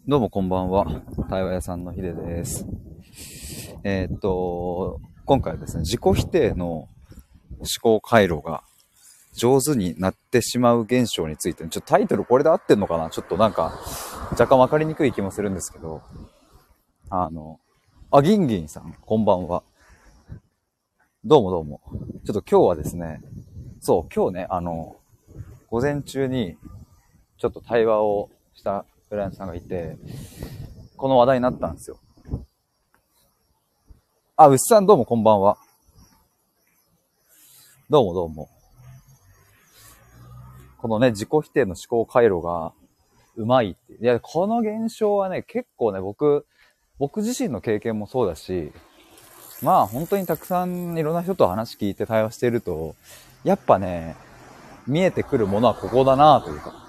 どうもこんばんは。対話屋さんのヒデです。今回はですね、自己否定の思考回路が上手になってしまう現象について、ちょっとタイトルこれで合ってんのかな、ちょっとなんか若干わかりにくい気もするんですけど、ギンギンさん、こんばんは。どうもどうも。ちょっと今日はですね、今日ね、午前中にちょっと対話をしたクライアントさんがいて、この話題になったんですよ。牛さんどうもこんばんは。どうもどうも。このね、自己否定の思考回路がうまいって。いや、この現象はね、結構ね、僕自身の経験もそうだし、まあ本当にたくさんいろんな人と話聞いて対話していると、やっぱね、見えてくるものはここだなというか。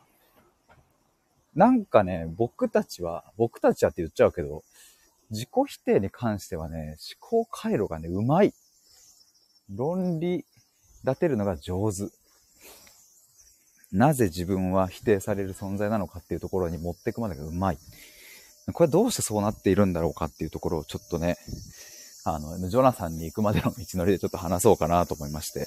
なんかね、僕たちはって言っちゃうけど、自己否定に関してはね、思考回路がね、うまい。論理立てるのが上手。なぜ自分は否定される存在なのかっていうところに持っていくまでがうまい。これどうしてそうなっているんだろうかっていうところをちょっとね、ジョナサンに行くまでの道のりでちょっと話そうかなと思いまして。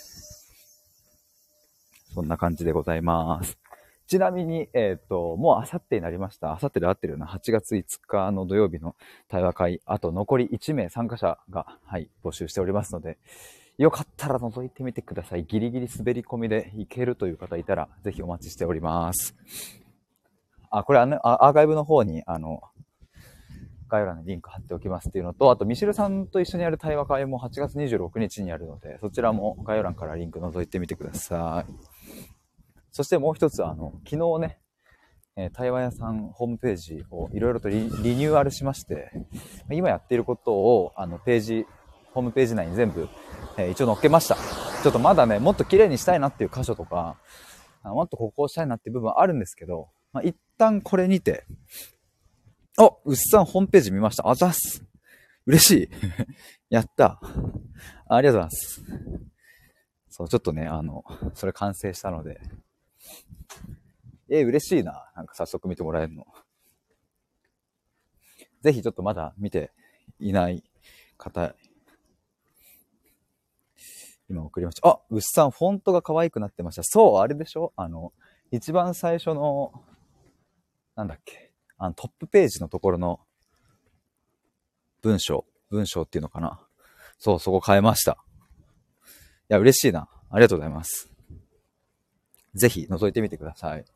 そんな感じでございます。ちなみに、もうあさってになりました。あさってで合ってるような8月5日の土曜日の対話会、あと残り1名参加者が、募集しておりますので、よかったら覗いてみてください。ギリギリ滑り込みでいけるという方いたら、ぜひお待ちしております。これアーカイブの方に、概要欄にリンク貼っておきますっていうのと、あと、ミシルさんと一緒にやる対話会も8月26日にやるので、そちらも概要欄からリンク覗いてみてください。そしてもう一つ、昨日ね、対話屋さんホームページをいろいろとリニューアルしまして、今やっていることを、ホームページ内に全部、一応載っけました。ちょっとまだね、もっと綺麗にしたいなっていう箇所とか、もっとここをしたいなっていう部分あるんですけど、一旦これにて、うっさんホームページ見ました。ざっす。嬉しい。やった。ありがとうございます。そう、ちょっとね、それ完成したので。嬉しいな。なんか早速見てもらえるの。ぜひちょっとまだ見ていない方、今送りました。うっさん、フォントが可愛くなってました。そう、あれでしょ一番最初の、なんだっけ。トップページのところの文章っていうのかな。そう、そこ変えました。いや、嬉しいな。ありがとうございます。ぜひ覗いてみてください。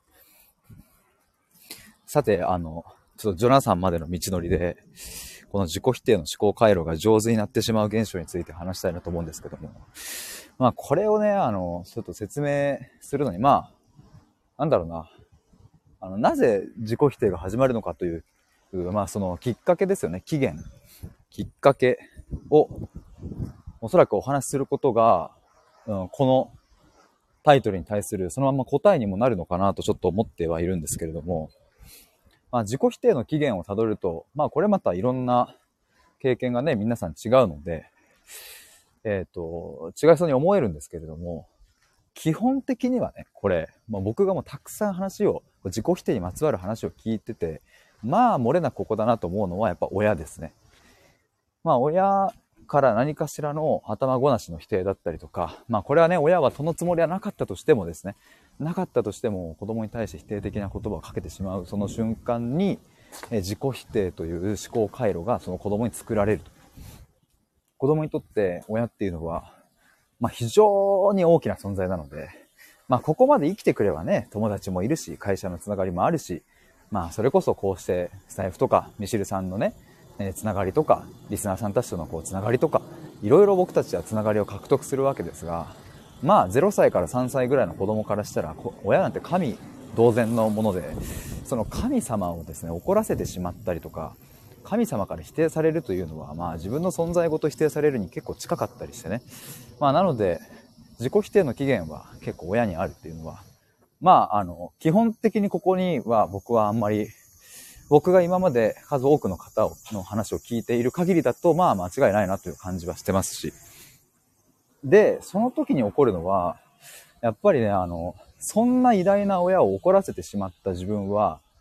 さて、ちょっとジョナサンまでの道のりで、この自己否定の思考回路が上手になってしまう現象について話したいなと思うんですけども。これをね、ちょっと説明するのに、なんだろうな。なぜ自己否定が始まるのかという、そのきっかけですよね。きっかけを、おそらくお話しすることが、このタイトルに対するそのまま答えにもなるのかなとちょっと思ってはいるんですけれども、自己否定の起源をたどると、これまたいろんな経験がね、皆さん違うので、違いそうに思えるんですけれども、基本的にはね、これ、僕がもうたくさん自己否定にまつわる話を聞いてて、漏れなくここだなと思うのはやっぱ親ですね。親から何かしらの頭ごなしの否定だったりとか、これはね、親はそのつもりはなかったとしてもですね、なかったとしても子供に対して否定的な言葉をかけてしまうその瞬間に、自己否定という思考回路がその子供に作られると。子供にとって親っていうのは、非常に大きな存在なので、ここまで生きてくればね、友達もいるし、会社のつながりもあるし、それこそこうしてスタイフとかミシルさんのね、つながりとか、リスナーさんたちとのつながりとか、いろいろ僕たちはつながりを獲得するわけですが、0歳から3歳ぐらいの子供からしたら、親なんて神同然のもので、その神様をですね、怒らせてしまったりとか、神様から否定されるというのは、自分の存在ごと否定されるに結構近かったりしてね。なので、自己否定の起源は結構親にあるっていうのは、基本的にここには僕はあんまり、僕が今まで数多くの方の話を聞いている限りだと、間違いないなという感じはしてますし。で、その時に起こるのは、やっぱりね、そんな偉大な親を怒らせてしまった自分は、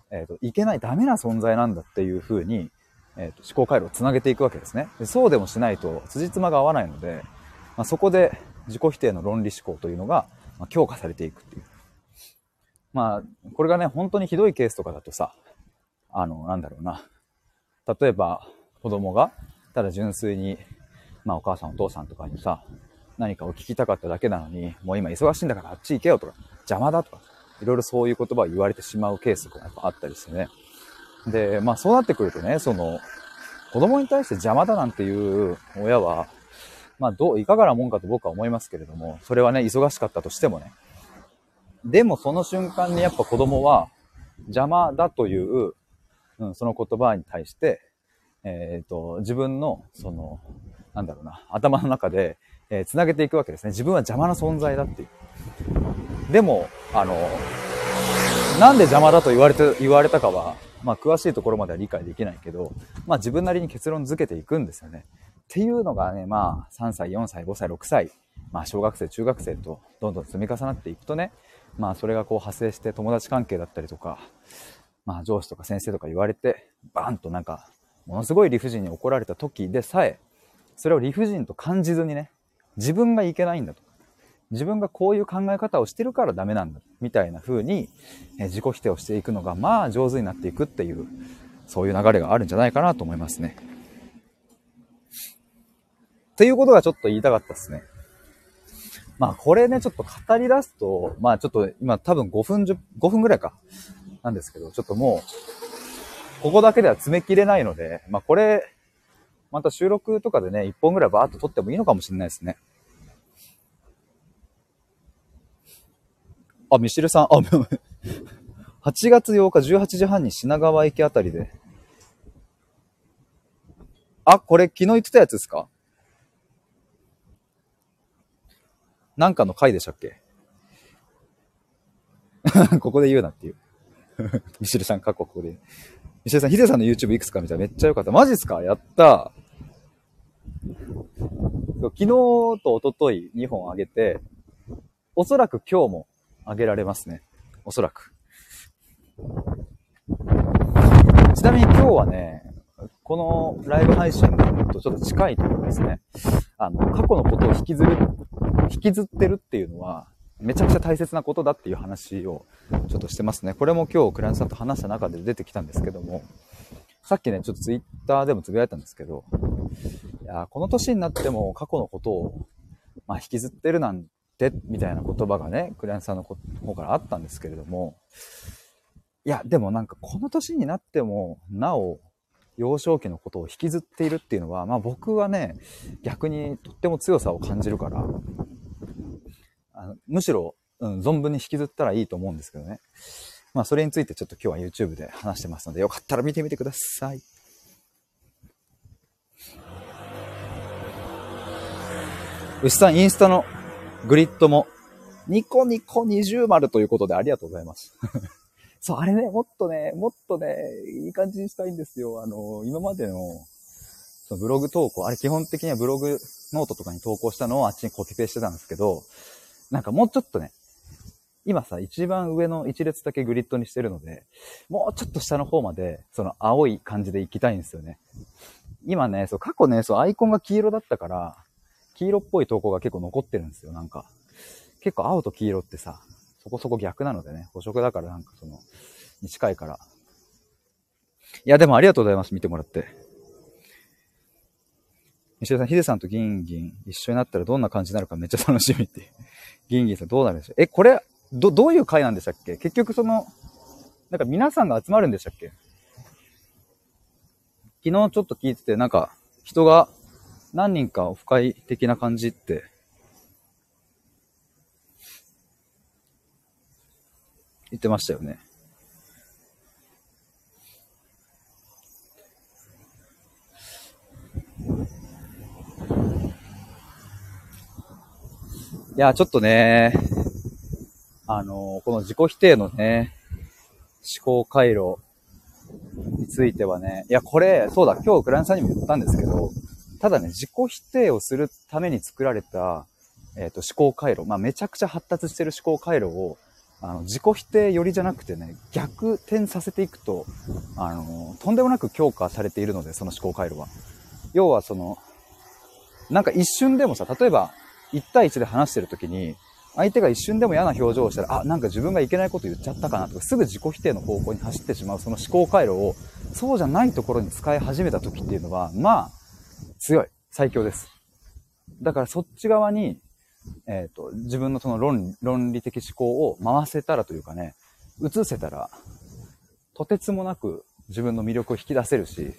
いけない、ダメな存在なんだっていう風に、思考回路をつなげていくわけですね。でそうでもしないと辻褄が合わないので、そこで自己否定の論理思考というのが、強化されていくっていう。これがね、本当にひどいケースとかだとさ、なんだろうな。例えば、子供が、ただ純粋に、お母さんお父さんとかにさ、何かを聞きたかっただけなのに、もう今忙しいんだからあっち行けよとか、邪魔だとか、いろいろそういう言葉を言われてしまうケースがやっぱあったりしてね。で、そうなってくるとね、子供に対して邪魔だなんていう親は、いかがなもんかと僕は思いますけれども、それはね、忙しかったとしてもね。でもその瞬間にやっぱ子供は邪魔だという、その言葉に対して、自分の、なんだろうな、頭の中で、つなげていくわけですね。自分は邪魔な存在だっていう。でも、なんで邪魔だと言われたかは、詳しいところまでは理解できないけど、自分なりに結論付けていくんですよね。っていうのがね、3歳、4歳、5歳、6歳、小学生、中学生とどんどん積み重なっていくとね、それがこう派生して友達関係だったりとか、上司とか先生とか言われて、バーンとなんか、ものすごい理不尽に怒られた時でさえ、それを理不尽と感じずにね、自分がいけないんだと。自分がこういう考え方をしてるからダメなんだ。みたいな風に、自己否定をしていくのが、上手になっていくっていう、そういう流れがあるんじゃないかなと思いますね。っていうことがちょっと言いたかったですね。これね、ちょっと語り出すと、ちょっと今多分5分ぐらいか。なんですけど、ちょっともう、ここだけでは詰め切れないので、これ、また収録とかでね、1本ぐらいバーっと撮ってもいいのかもしれないですね。あ、ミシルさん、8月8日18時半に品川駅あたりで。あ、これ昨日言ってたやつですか？なんかの回でしたっけ？ここで言うなっていう。ミシルさん、過去ここで。ミシルさん、ヒデさんの YouTube いくつか見たらめっちゃ良かった。マジっすか？やったー。昨日と一昨日2本上げて、おそらく今日も上げられますね。おそらく。ちなみに今日はね、このライブ配信とちょっと近いところですね。過去のことを引きずってるっていうのは、めちゃくちゃ大切なことだっていう話をちょっとしてますね。これも今日クライアントさんと話した中で出てきたんですけども、さっきね、ちょっとツイッターでもつぶやいたんですけど、いや、この年になっても過去のことを、引きずってるなんて、みたいな言葉がね、クライアントさんの方からあったんですけれども、いや、でもなんかこの年になっても、なお、幼少期のことを引きずっているっていうのは、僕はね、逆にとっても強さを感じるから、むしろ、存分に引きずったらいいと思うんですけどね。それについてちょっと今日は YouTube で話してますので、よかったら見てみてください。牛さん、インスタのグリッドも、ニコニコ20丸ということでありがとうございます。そう、あれね、もっとね、いい感じにしたいんですよ。今までの、そのブログ投稿、あれ基本的にはブログノートとかに投稿したのをあっちにコピペしてたんですけど、なんかもうちょっとね、今さ、一番上の一列だけグリッドにしてるので、もうちょっと下の方まで、その青い感じで行きたいんですよね。今ね、過去ね、アイコンが黄色だったから、黄色っぽい投稿が結構残ってるんですよ、なんか。結構青と黄色ってさ、そこそこ逆なのでね、補色だからなんかに近いから。いや、でもありがとうございます、見てもらって。西田さん、ヒデさんとギンギン一緒になったらどんな感じになるかめっちゃ楽しみって。ギンギンさんどうなるんでしょう？これ、どういう回なんでしたっけ？結局なんか皆さんが集まるんでしたっけ？昨日ちょっと聞いてて、なんか人が何人かオフ会的な感じって言ってましたよね。いや、ちょっとね、この自己否定のね、思考回路についてはね、いや、これ、そうだ、今日クライアントさんにも言ったんですけど、ただね、自己否定をするために作られた、思考回路、めちゃくちゃ発達してる思考回路を、 自己否定寄りじゃなくてね、逆転させていくと、とんでもなく強化されているので、その思考回路は。要はなんか一瞬でもさ、例えば、1対1で話してる時に、相手が一瞬でも嫌な表情をしたら、なんか自分がいけないこと言っちゃったかなとか、すぐ自己否定の方向に走ってしまう、その思考回路を、そうじゃないところに使い始めた時っていうのは、まあ、強い。最強です。だからそっち側に、自分のその論理的思考を回せたらというかね、移せたら、とてつもなく自分の魅力を引き出せるし、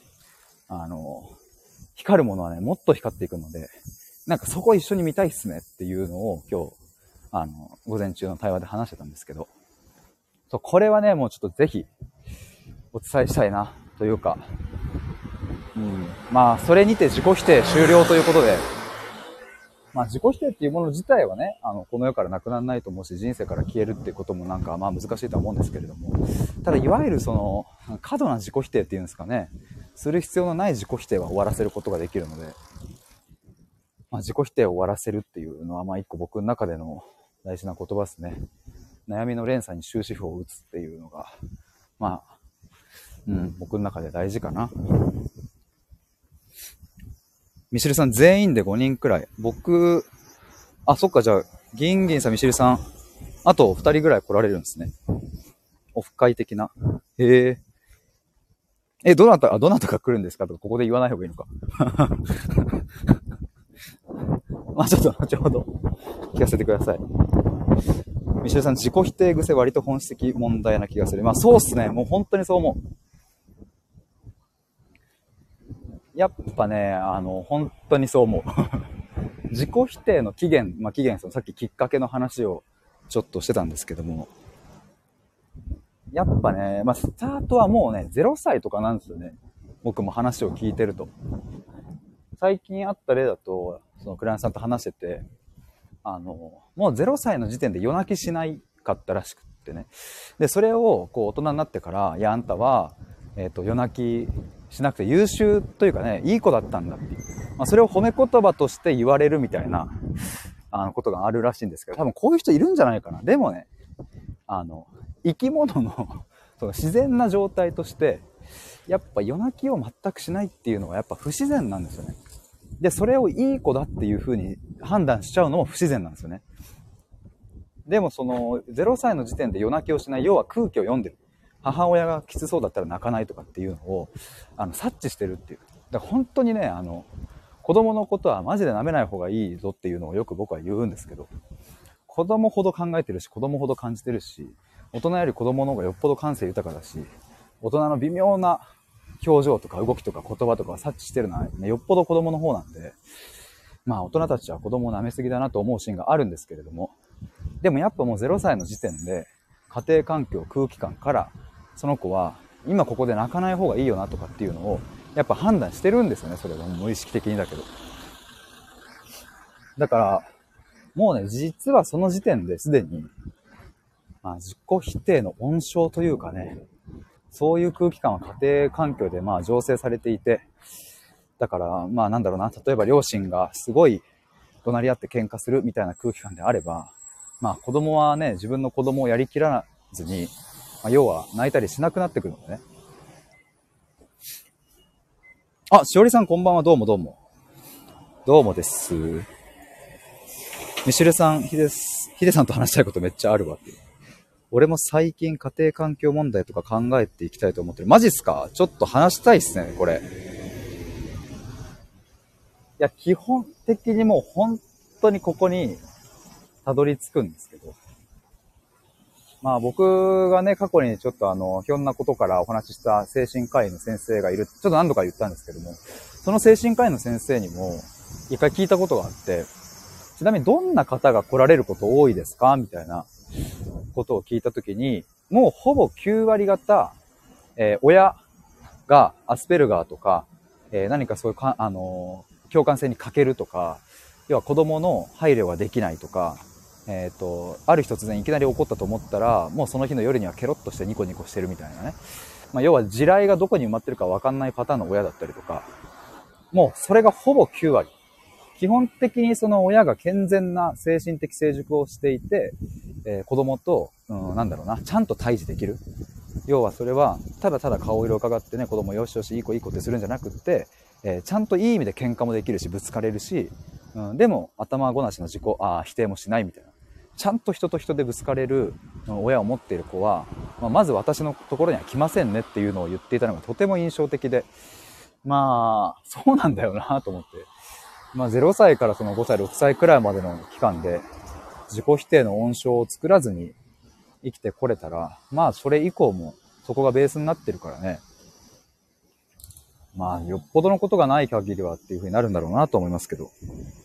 光るものはね、もっと光っていくので、なんかそこ一緒に見たいっすねっていうのを今日、午前中の対話で話してたんですけど、そう、これはね、もうちょっとぜひ、お伝えしたいな、というか、まあ、それにて自己否定終了ということで、まあ、自己否定っていうもの自体はね、この世からなくならないと思うし、人生から消えるっていうこともなんか、まあ難しいとは思うんですけれども、ただ、いわゆる過度な自己否定っていうんですかね、する必要のない自己否定は終わらせることができるので、まあ、自己否定を終わらせるっていうのは、まあ一個僕の中での大事な言葉ですね。悩みの連鎖に終止符を打つっていうのが、まあ、僕の中で大事かな。ミシルさん全員で5人くらい。そっか、じゃあ、ギンギンさん、ミシルさん、あと2人ぐらい来られるんですね。オフ会的な。へえ。どなたが来るんですかとか、ここで言わない方がいいのか。まあちょっと後ほど聞かせてください。ミシルさん、自己否定癖割と本質的問題な気がする。まあそうっすね。もう本当にそう思う。やっぱね、本当にそう思う。自己否定の起源、さっききっかけの話をちょっとしてたんですけども、やっぱね、まあ、スタートはもうね、0歳とかなんですよね。僕も話を聞いてると。最近あった例だと、そのクライアントさんと話してて、もう0歳の時点で夜泣きしないかったらしくってね。で、それをこう大人になってから、いや、あんたは、夜泣きしなくて優秀というかね、いい子だったんだっていう。まあ、それを褒め言葉として言われるみたいな、ことがあるらしいんですけど、多分こういう人いるんじゃないかな。でもね、生き物のその自然な状態として、やっぱ夜泣きを全くしないっていうのはやっぱ不自然なんですよね。で、それをいい子だっていう風に判断しちゃうのも不自然なんですよね。でも0歳の時点で夜泣きをしない、要は空気を読んでる。母親がきつそうだったら泣かないとかっていうのを、察知してるっていう。だから本当にね、子供のことはマジで舐めない方がいいぞっていうのをよく僕は言うんですけど、子供ほど考えてるし、子供ほど感じてるし、大人より子供の方がよっぽど感性豊かだし、大人の微妙な表情とか動きとか言葉とかを察知してるのは、ね、よっぽど子供の方なんで、まあ大人たちは子供を舐めすぎだなと思うシーンがあるんですけれども、でもやっぱもう0歳の時点で家庭環境、空気感からその子は今ここで泣かない方がいいよなとかっていうのをやっぱ判断してるんですよね。それは無意識的にだけど。だからもうね、実はその時点ですでに、自己否定の温床というかね、そういう空気感は家庭環境で醸成されていて、だからなんだろうな、例えば両親がすごい怒鳴り合って喧嘩するみたいな空気感であれば、子供はね、自分の子供をやりきらずに、要は泣いたりしなくなってくるのでね。あ、しおりさんこんばんは。どうもどうも。どうもです。ミシルさん、ヒデさんと話したいことめっちゃあるわっていう。俺も最近家庭環境問題とか考えていきたいと思ってる。マジっすか？ちょっと話したいっすね、これ。いや、基本的にもう本当にここにたどり着くんですけど。僕がね、過去にちょっとひょんなことからお話しした精神科医の先生がいる。ちょっと何度か言ったんですけども、その精神科医の先生にも一回聞いたことがあって、ちなみにどんな方が来られること多いですかみたいなことを聞いたときに、もうほぼ9割方、親がアスペルガーとか、何かそういう共感性に欠けるとか、要は子供の配慮ができないとか、ある日突然いきなり起こったと思ったら、もうその日の夜にはケロッとしてニコニコしてるみたいなね。要は地雷がどこに埋まってるか分かんないパターンの親だったりとか、もうそれがほぼ9割。基本的にその親が健全な精神的成熟をしていて、子供となんだろうな、ちゃんと対峙できる。要はそれはただただ顔色を伺ってね、子供よしよしいい子いい子ってするんじゃなくって、ちゃんといい意味で喧嘩もできるし、ぶつかれるし、でも頭ごなしの否定もしないみたいな、ちゃんと人と人でぶつかれる親を持っている子は、まず私のところには来ませんねっていうのを言っていたのがとても印象的で、そうなんだよなと思って、0歳からその5歳6歳くらいまでの期間で自己否定の温床を作らずに生きてこれたら、それ以降もそこがベースになってるからね、よっぽどのことがない限りはっていう風になるんだろうなと思いますけど。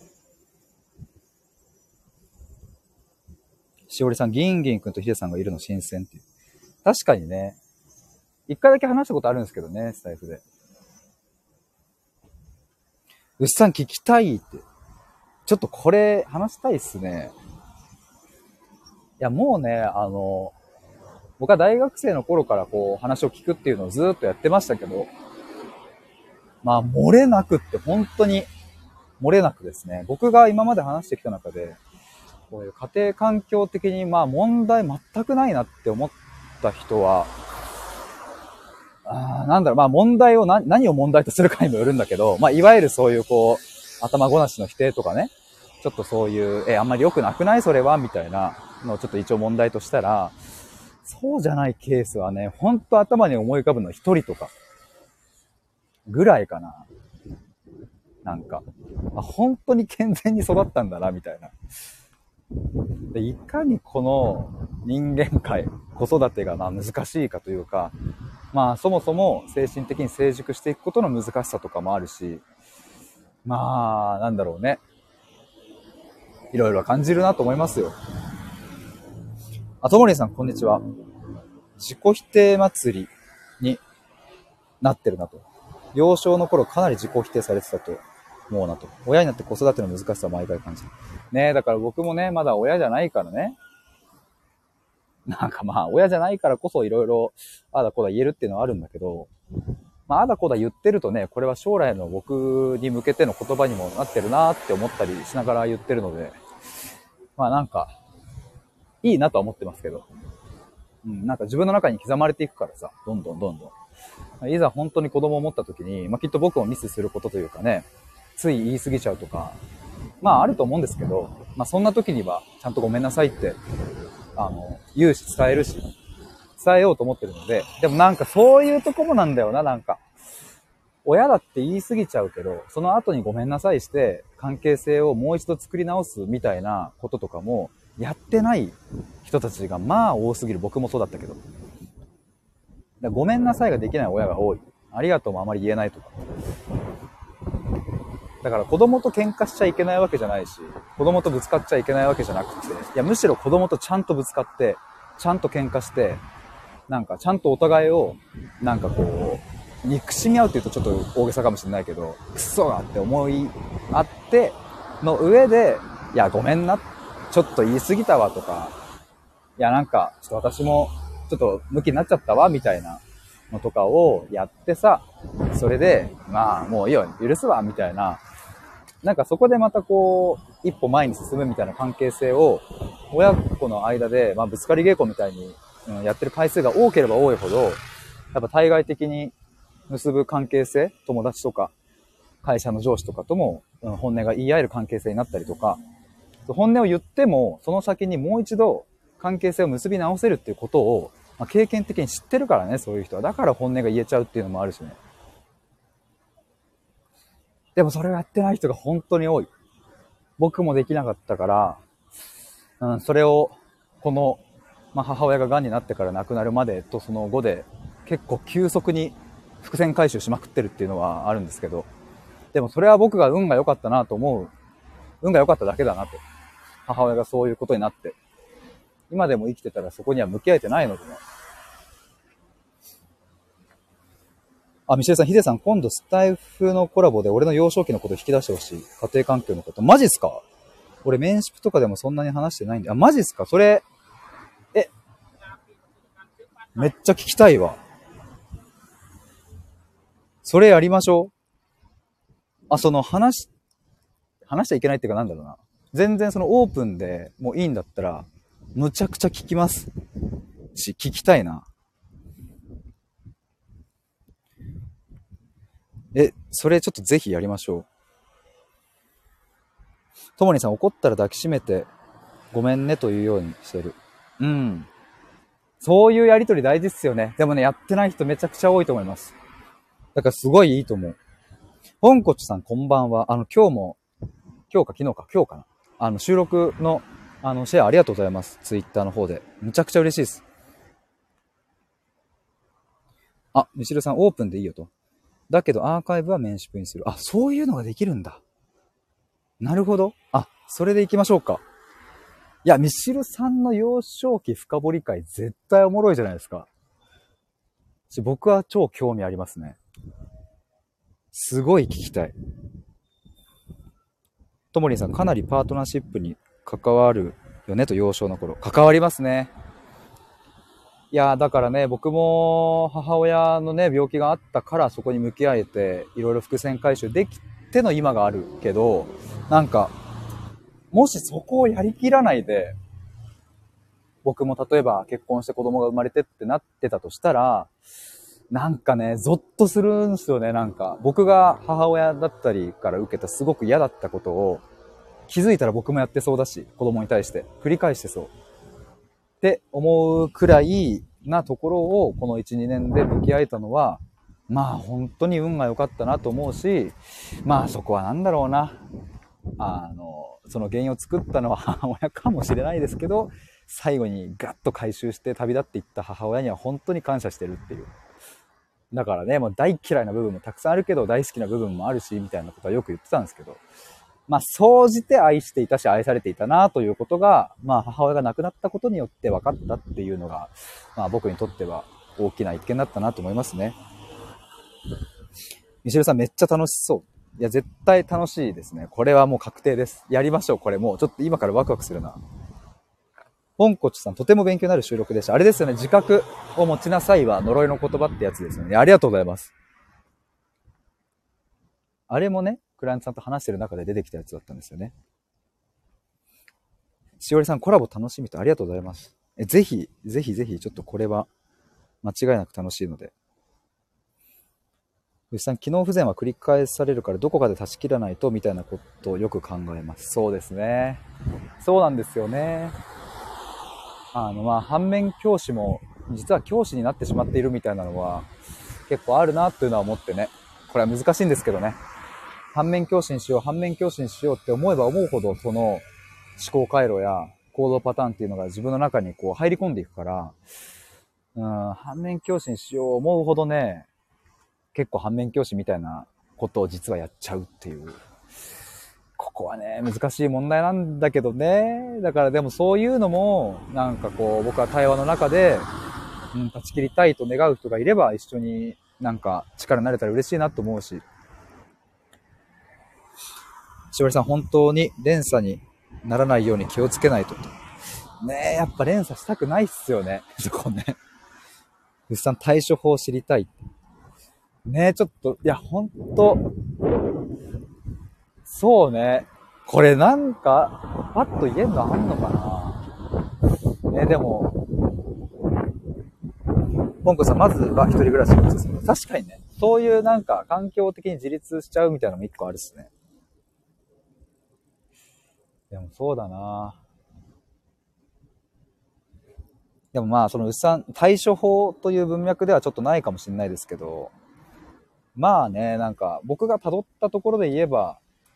しおりさん、ギンギン君とヒデさんがいるの新鮮っていう。確かにね。一回だけ話したことあるんですけどね、スタイフで。うっさん聞きたいって。ちょっとこれ話したいっすね。いや、もうね、僕は大学生の頃からこう話を聞くっていうのをずっとやってましたけど、漏れなくって本当に漏れなくですね。僕が今まで話してきた中で、こういう家庭環境的に問題全くないなって思った人は、問題を何を問題とするかにもよるんだけど、いわゆるそういうこう、頭ごなしの否定とかね、ちょっとそういう、あんまり良くなくないそれはみたいなのをちょっと一応問題としたら、そうじゃないケースはね、ほんと頭に思い浮かぶの一人とか、ぐらいかな。本当に健全に育ったんだな、みたいな。で、いかにこの人間界、子育てが難しいかというか、そもそも精神的に成熟していくことの難しさとかもあるし、なんだろうね。いろいろ感じるなと思いますよ。ともりんさん、こんにちは。自己否定祭りになってるなと。幼少の頃かなり自己否定されてたと思うなと。親になって子育ての難しさを毎回感じる。ね、だから僕もね、まだ親じゃないからね。親じゃないからこそいろいろあだこだ言えるっていうのはあるんだけど、あだこだ言ってるとね、これは将来の僕に向けての言葉にもなってるなって思ったりしながら言ってるので、いいなとは思ってますけど、自分の中に刻まれていくからさ、どんどん。いざ本当に子供を持った時に、きっと僕もミスすることというかね、つい言い過ぎちゃうとか、あると思うんですけど、そんな時にはちゃんとごめんなさいって、言うし伝えるし、伝えようと思ってるので、でもそういうとこもなんだよな、親だって言い過ぎちゃうけど、その後にごめんなさいして、関係性をもう一度作り直すみたいなこととかも、やってない人たちが多すぎる。僕もそうだったけど。ごめんなさいができない親が多い。ありがとうもあまり言えないとか。だから子供と喧嘩しちゃいけないわけじゃないし、子供とぶつかっちゃいけないわけじゃなくて、むしろ子供とちゃんとぶつかって、ちゃんと喧嘩して、ちゃんとお互いを、憎しみ合うって言うとちょっと大げさかもしれないけど、クソがって思いあっての上で、いやごめんな、ちょっと言い過ぎたわとか、いやちょっと私もちょっとムキになっちゃったわみたいなのとかをやってさ、それでもういいよ許すわみたいな、そこでまた一歩前に進むみたいな関係性を親子の間でぶつかり稽古みたいにやってる回数が多ければ多いほど、やっぱ対外的に結ぶ関係性、友達とか会社の上司とかとも本音が言い合える関係性になったりとか、本音を言ってもその先にもう一度関係性を結び直せるっていうことを、経験的に知ってるからね、そういう人は。だから本音が言えちゃうっていうのもあるしね。でもそれをやってない人が本当に多い。僕もできなかったから、それをこの、母親が癌になってから亡くなるまでとその後で結構急速に伏線回収しまくってるっていうのはあるんですけど、でもそれは僕が運が良かったなと思う。運が良かっただけだなと。母親がそういうことになって。今でも生きてたらそこには向き合えてないのでね。ミシェルさん、ヒデさん、今度スタイフのコラボで俺の幼少期のこと引き出してほしい。家庭環境のこと。マジっすか？俺、メンシップとかでもそんなに話してないんで。マジっすか？それ、めっちゃ聞きたいわ。それやりましょう。話しちゃいけないっていうか全然そのオープンでもういいんだったら、 むちゃくちゃ聞きますし、聞きたいな。それちょっとぜひやりましょう。ともにさん、怒ったら抱きしめてごめんねというようにしてる。うん。そういうやりとり大事っすよね。でもね、やってない人めちゃくちゃ多いと思います。だからすごいいいと思う。ポンコチさんこんばんは。今日も、今日か昨日か今日かな。収録の、シェアありがとうございます。ツイッターの方で。むちゃくちゃ嬉しいです。あ、ミシルさんオープンでいいよと。だけどアーカイブはメンシップにする。あ、そういうのができるんだ。なるほど。あ、それで行きましょうか。いや、ミシルさんの幼少期深掘り会絶対おもろいじゃないですか。僕は超興味ありますね。すごい聞きたい。ともりんさん、かなりパートナーシップに関わるよねと幼少の頃。関わりますね。いやだからね、僕も母親のね、病気があったからそこに向き合えて、いろいろ伏線回収できての今があるけど、なんか、もしそこをやりきらないで、僕も例えば結婚して子供が生まれてってなってたとしたら、なんかね、ゾッとするんですよね、なんか。僕が母親だったりから受けたすごく嫌だったことを、気づいたら僕もやってそうだし、子供に対して。繰り返してそう。って思うくらいなところを、この1、2年で向き合えたのは、まあ本当に運が良かったなと思うし、まあそこはなんだろうな。その原因を作ったのは母親かもしれないですけど、最後にガッと回収して旅立っていった母親には本当に感謝してるっていう。だからね、もう大嫌いな部分もたくさんあるけど、大好きな部分もあるし、みたいなことはよく言ってたんですけど、まあ、総じて愛していたし、愛されていたなということが、まあ、母親が亡くなったことによって分かったっていうのが、まあ、僕にとっては大きな一見だったなと思いますね。ミシェルさんめっちゃ楽しそう。いや、絶対楽しいですね。これはもう確定です。やりましょう、これもう。ちょっと今からワクワクするな。ポンコチさん、とても勉強になる収録でした。あれですよね、自覚を持ちなさいは呪いの言葉ってやつですよね。ありがとうございます。あれもね、クライアントさんと話してる中で出てきたやつだったんですよね。しおりさん、コラボ楽しみとありがとうございます。ぜひ、ぜひぜひ、ちょっとこれは間違いなく楽しいので。牛さん、機能不全は繰り返されるからどこかで断ち切らないとみたいなことをよく考えます。そうですね。そうなんですよね。まあ、反面教師も実は教師になってしまっているみたいなのは結構あるなというのは思ってね。これは難しいんですけどね。反面教師にしよう、反面教師にしようって思えば思うほど、その思考回路や行動パターンっていうのが自分の中にこう入り込んでいくから、反面教師にしよう思うほどね、結構反面教師みたいなことを実はやっちゃうっていう。ここはね、難しい問題なんだけどね。だからでもそういうのも、なんかこう、僕は対話の中で、断ち切りたいと願う人がいれば一緒になんか力になれたら嬉しいなと思うし。しおりさん、本当に連鎖にならないように気をつけないと。ねえ、やっぱ連鎖したくないっすよね。そこね。うっさん、対処法知りたい。ねえ、ちょっと、いや、ほんと、そうね。これなんか、パッと言えんのあんのかな。ね、でも、ポンコさん、まずは一人暮らしがおすすめ。確かにね、そういうなんか、環境的に自立しちゃうみたいなのも一個あるっすね。でもそうだな。でもまあ、そのうっさん、対処法という文脈ではちょっとないかもしれないですけど、まあね、なんか、僕が辿ったところで言えば、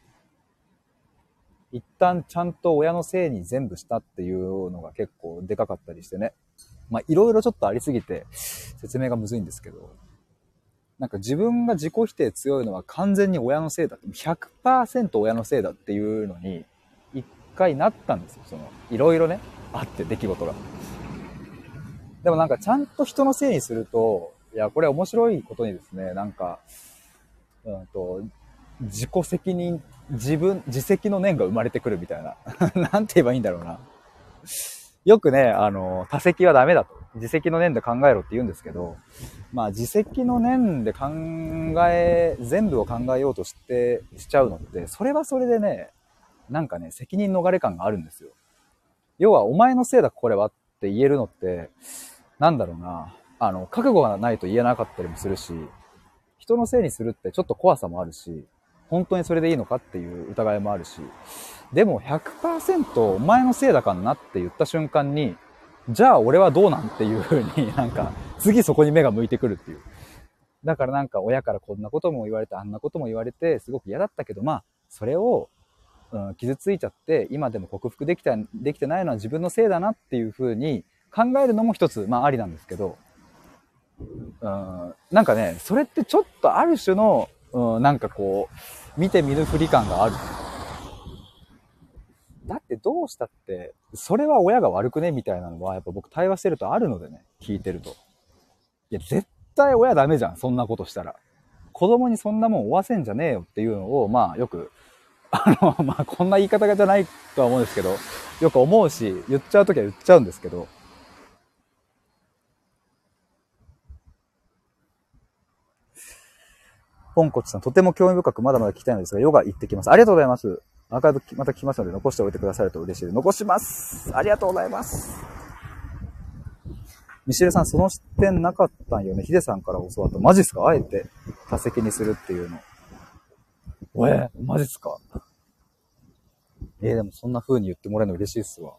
一旦ちゃんと親のせいに全部したっていうのが結構でかかったりしてね。まあいろいろちょっとありすぎて説明がむずいんですけど、なんか自分が自己否定強いのは完全に親のせいだって、100% 親のせいだっていうのに一回なったんですよ。そのいろいろね、あって出来事が。でもなんかちゃんと人のせいにすると、いやこれ面白いことにですね、なんか、自己責任、自責の念が生まれてくるみたいな。なんて言えばいいんだろうな。よくね、他責はダメだと。自責の念で考えろって言うんですけど、まあ自責の念で全部を考えようとしちゃうのって、それはそれでね、なんかね、責任逃れ感があるんですよ。 要はお前のせいだこれはって言えるのって、なんだろうな、覚悟がないと言えなかったりもするし、人のせいにするってちょっと怖さもあるし、本当にそれでいいのかっていう疑いもあるし、でも 100% お前のせいだからなって言った瞬間に、じゃあ俺はどうなんっていう風になんか、次そこに目が向いてくるっていう。だからなんか親からこんなことも言われて、あんなことも言われて、すごく嫌だったけど、まあ、それを、傷ついちゃって、今でも克服できてないのは自分のせいだなっていう風に考えるのも一つ、まあありなんですけど、なんかね、それってちょっとある種の、なんかこう、見て見ぬふり感がある。だってどうしたって、それは親が悪くねみたいなのは、やっぱ僕対話してるとあるのでね、聞いてると。いや、絶対親ダメじゃん、そんなことしたら。子供にそんなもん負わせんじゃねえよっていうのを、まあよく、まあこんな言い方じゃないとは思うんですけど、よく思うし、言っちゃうときは言っちゃうんですけど、ポンコチさん、とても興味深くまだまだ聞きたいのですが、ヨガ行ってきます。ありがとうございます。アーカイブまた聞きますので、残しておいてくださると嬉しいです。残します。ありがとうございます。ミシェルさん、その視点なかったんよね。ヒデさんから教わった。マジっすか？あえて多席にするっていうの。マジっすか？でもそんな風に言ってもらえるの嬉しいっすわ。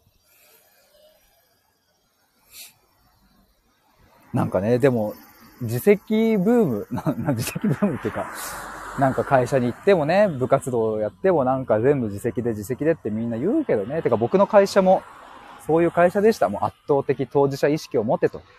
なんかね、でも、自責ブーム、自責ブームっていうか、なんか会社に行ってもね、部活動をやってもなんか全部自責でってみんな言うけどね。てか僕の会社もそういう会社でした。もう圧倒的当事者意識を持てと。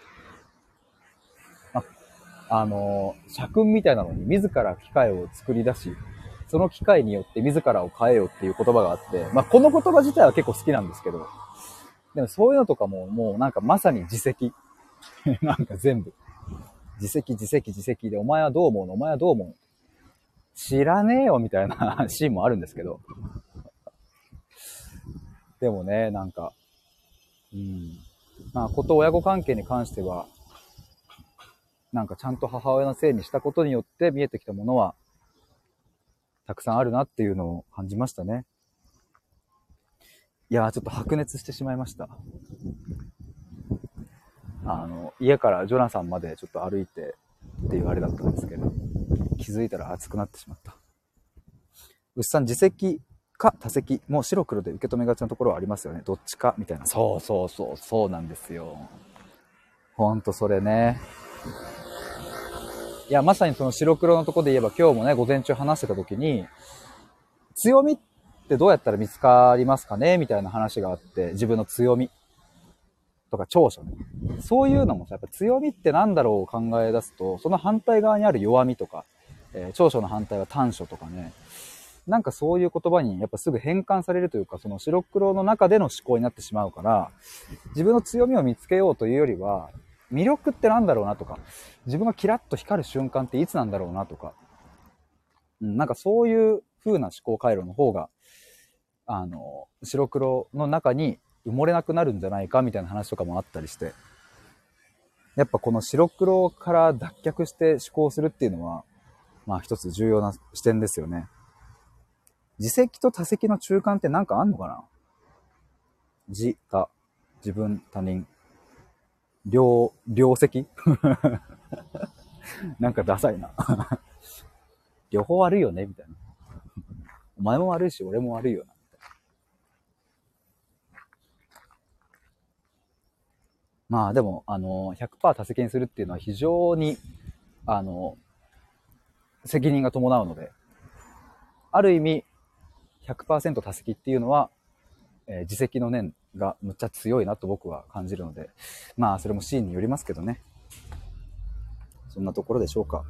社訓みたいなのに自ら機械を作り出し、その機械によって自らを変えよっていう言葉があって、まあこの言葉自体は結構好きなんですけど、でもそういうのとかももうなんかまさに自責。なんか全部。自責で、お前はどう思うの？お前はどう思うの？知らねえよみたいなシーンもあるんですけど。でもね、なんか、まあ、親子関係に関しては、なんかちゃんと母親のせいにしたことによって見えてきたものは、たくさんあるなっていうのを感じましたね。いやー、ちょっと白熱してしまいました。家からジョナサンまでちょっと歩いてっていうあれだったんですけど、気づいたら熱くなってしまった。牛さん、自責か多責も白黒で受け止めがちなところはありますよね。どっちかみたいな。そうなんですよ。ほんとそれね。いや、まさにその白黒のところで言えば今日もね、午前中話してた時に、強みってどうやったら見つかりますかねみたいな話があって、自分の強みとか長所ね。そういうのもさ、やっぱ強みってなんだろうを考え出すと、その反対側にある弱みとか、長所の反対は短所とかね、なんかそういう言葉にやっぱすぐ変換されるというか、その白黒の中での思考になってしまうから、自分の強みを見つけようというよりは、魅力ってなんだろうなとか、自分がキラッと光る瞬間っていつなんだろうなとか、なんかそういう風な思考回路の方が、白黒の中に埋もれなくなるんじゃないかみたいな話とかもあったりして、やっぱこの白黒から脱却して思考するっていうのは、まあ一つ重要な視点ですよね。自責と他責の中間ってなんかあんのかな？自他、自分、他人、両責なんかダサいな。両方悪いよねみたいな。お前も悪いし、俺も悪いよな。まあでも、100% 多責にするっていうのは非常に、責任が伴うので、ある意味、100% 多責っていうのは、自責の念がむっちゃ強いなと僕は感じるので、まあそれもシーンによりますけどね。そんなところでしょうか。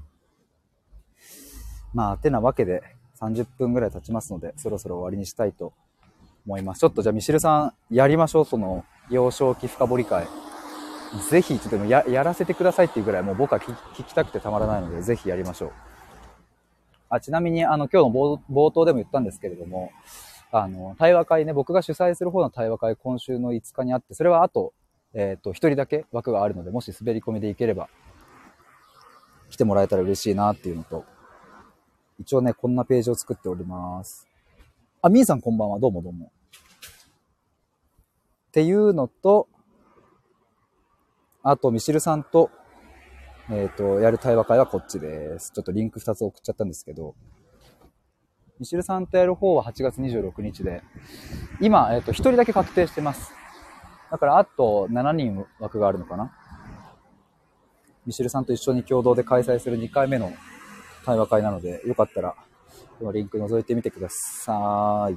まあてなわけで30分ぐらい経ちますので、そろそろ終わりにしたいと思います。ちょっとじゃあミシルさんやりましょう。その幼少期深掘り会。ぜひちょっとやらせてくださいっていうぐらいもう僕は聞きたくてたまらないので、ぜひやりましょう。ちなみに今日の冒頭でも言ったんですけれども、対話会ね、僕が主催する方の対話会今週の5日にあって、それはあと、一人だけ枠があるので、もし滑り込みでいければ、来てもらえたら嬉しいなっていうのと、一応ね、こんなページを作っております。みーさんこんばんは。どうもどうも。 っていうのと、あと、ミシルさんと、やる対話会はこっちです。ちょっとリンク2つ送っちゃったんですけど、ミシルさんとやる方は8月26日で、今、1人だけ確定してます。だからあと7人枠があるのかな。ミシルさんと一緒に共同で開催する2回目の対話会なので、よかったら、このリンク覗いてみてください。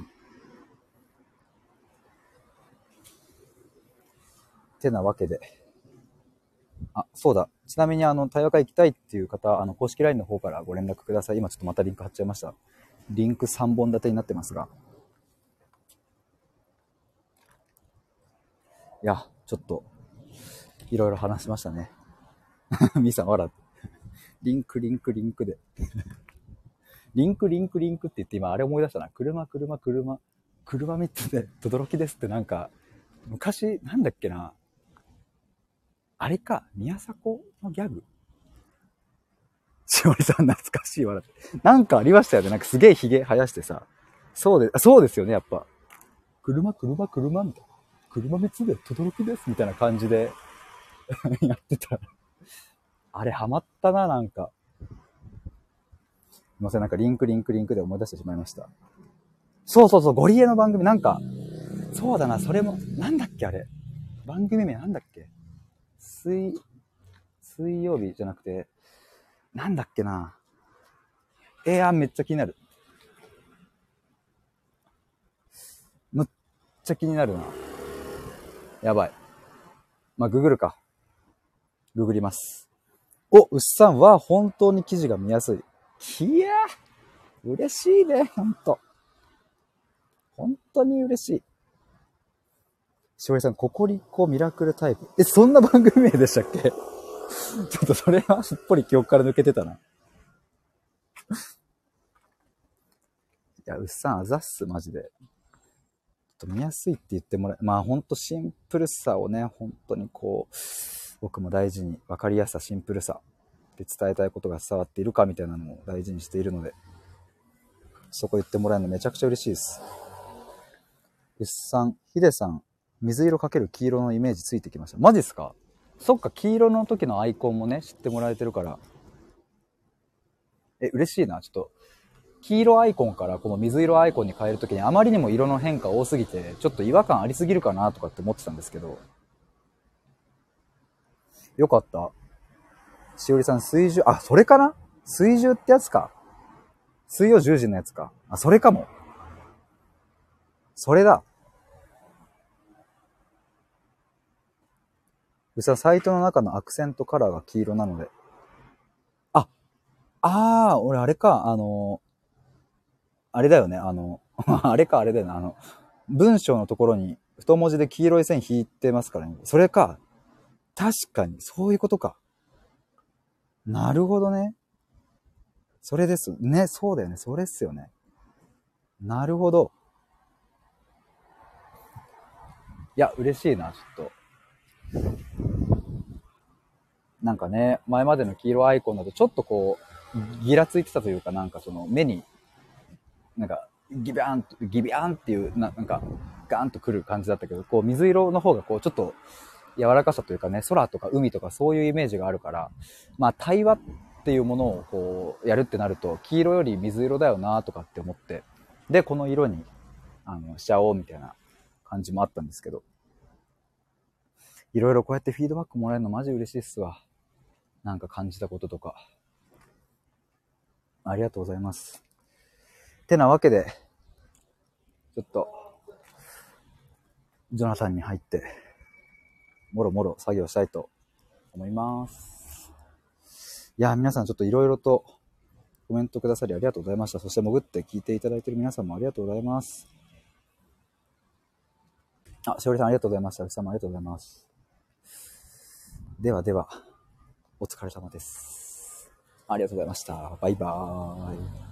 てなわけで。あ、そうだ。ちなみに対話会行きたいっていう方、公式 LINE の方からご連絡ください。今ちょっとまたリンク貼っちゃいました。リンク3本立てになってますが。いや、ちょっと、いろいろ話しましたね。ミさん笑って。リンクで。リンクって言って今あれ思い出したな。車3つで、轟ですってなんか、昔、なんだっけな。あれか、宮迫のギャグしおりさん懐かしい笑って。なんかありましたよね。なんかすげえヒゲ生やしてさ。そうですよね、やっぱ。車みたいな。車3つで轟ですみたいな感じでやってた。あれハマったな、なんか。すいません、なんかリンクで思い出してしまいました。そう、ゴリエの番組なんか、そうだな、それも、なんだっけあれ。番組名なんだっけ水曜日じゃなくて、なんだっけな。めっちゃ気になる。むっちゃ気になるな。やばい。まあ、ググるか。ググります。うっさんは本当に記事が見やすい。いやー、嬉しいね、ほんと。本当に嬉しい。しおりさん、ココリコミラクルタイプ。そんな番組名でしたっけ？ちょっとそれはすっぽり記憶から抜けてたな。いや、うっさん、あざっす、マジで。ちょっと見やすいって言ってもらえ、まあほんとシンプルさをね、本当にこう、僕も大事に、分かりやすさ、シンプルさで伝えたいことが伝わっているかみたいなのを大事にしているので、そこ言ってもらえるのめちゃくちゃ嬉しいです。うっさん、ヒデさん、水色かける黄色のイメージついてきました。マジっすか？そっか、黄色の時のアイコンもね、知ってもらえてるから。嬉しいな。ちょっと、黄色アイコンからこの水色アイコンに変えるときにあまりにも色の変化多すぎて、ちょっと違和感ありすぎるかなとかって思ってたんですけど。よかった。しおりさん、水獣、あ、それかな？水獣ってやつか。水曜10時のやつか。あ、それかも。それだ。サイトの中のアクセントカラーが黄色なので。俺あれか、あれだよね、あれだよね、文章のところに太文字で黄色い線引いてますからね。それか。確かに、そういうことか。なるほどね。それですね。そうだよね。それっすよね。なるほど。いや、嬉しいな、ちょっと。なんかね、前までの黄色アイコンだとちょっとこう、ギラついてたというか、なんかその目に、なんか、ギビャーンっていう、なんか、ガーンとくる感じだったけど、こう、水色の方がこう、ちょっと、柔らかさというかね、空とか海とかそういうイメージがあるから、まあ、対話っていうものをこう、やるってなると、黄色より水色だよなとかって思って、で、この色に、しちゃおうみたいな感じもあったんですけど、いろいろこうやってフィードバックもらえるのマジ嬉しいっすわ。なんか感じたこととか。ありがとうございます。てなわけで、ちょっと、ジョナサンに入って、もろもろ作業したいと思います。いや、皆さんちょっといろいろとコメントくださりありがとうございました。そして潜って聞いていただいている皆さんもありがとうございます。あ、しおりさんありがとうございました。うさんもありがとうございます。ではでは、お疲れ様です。ありがとうございました。バイバーイ。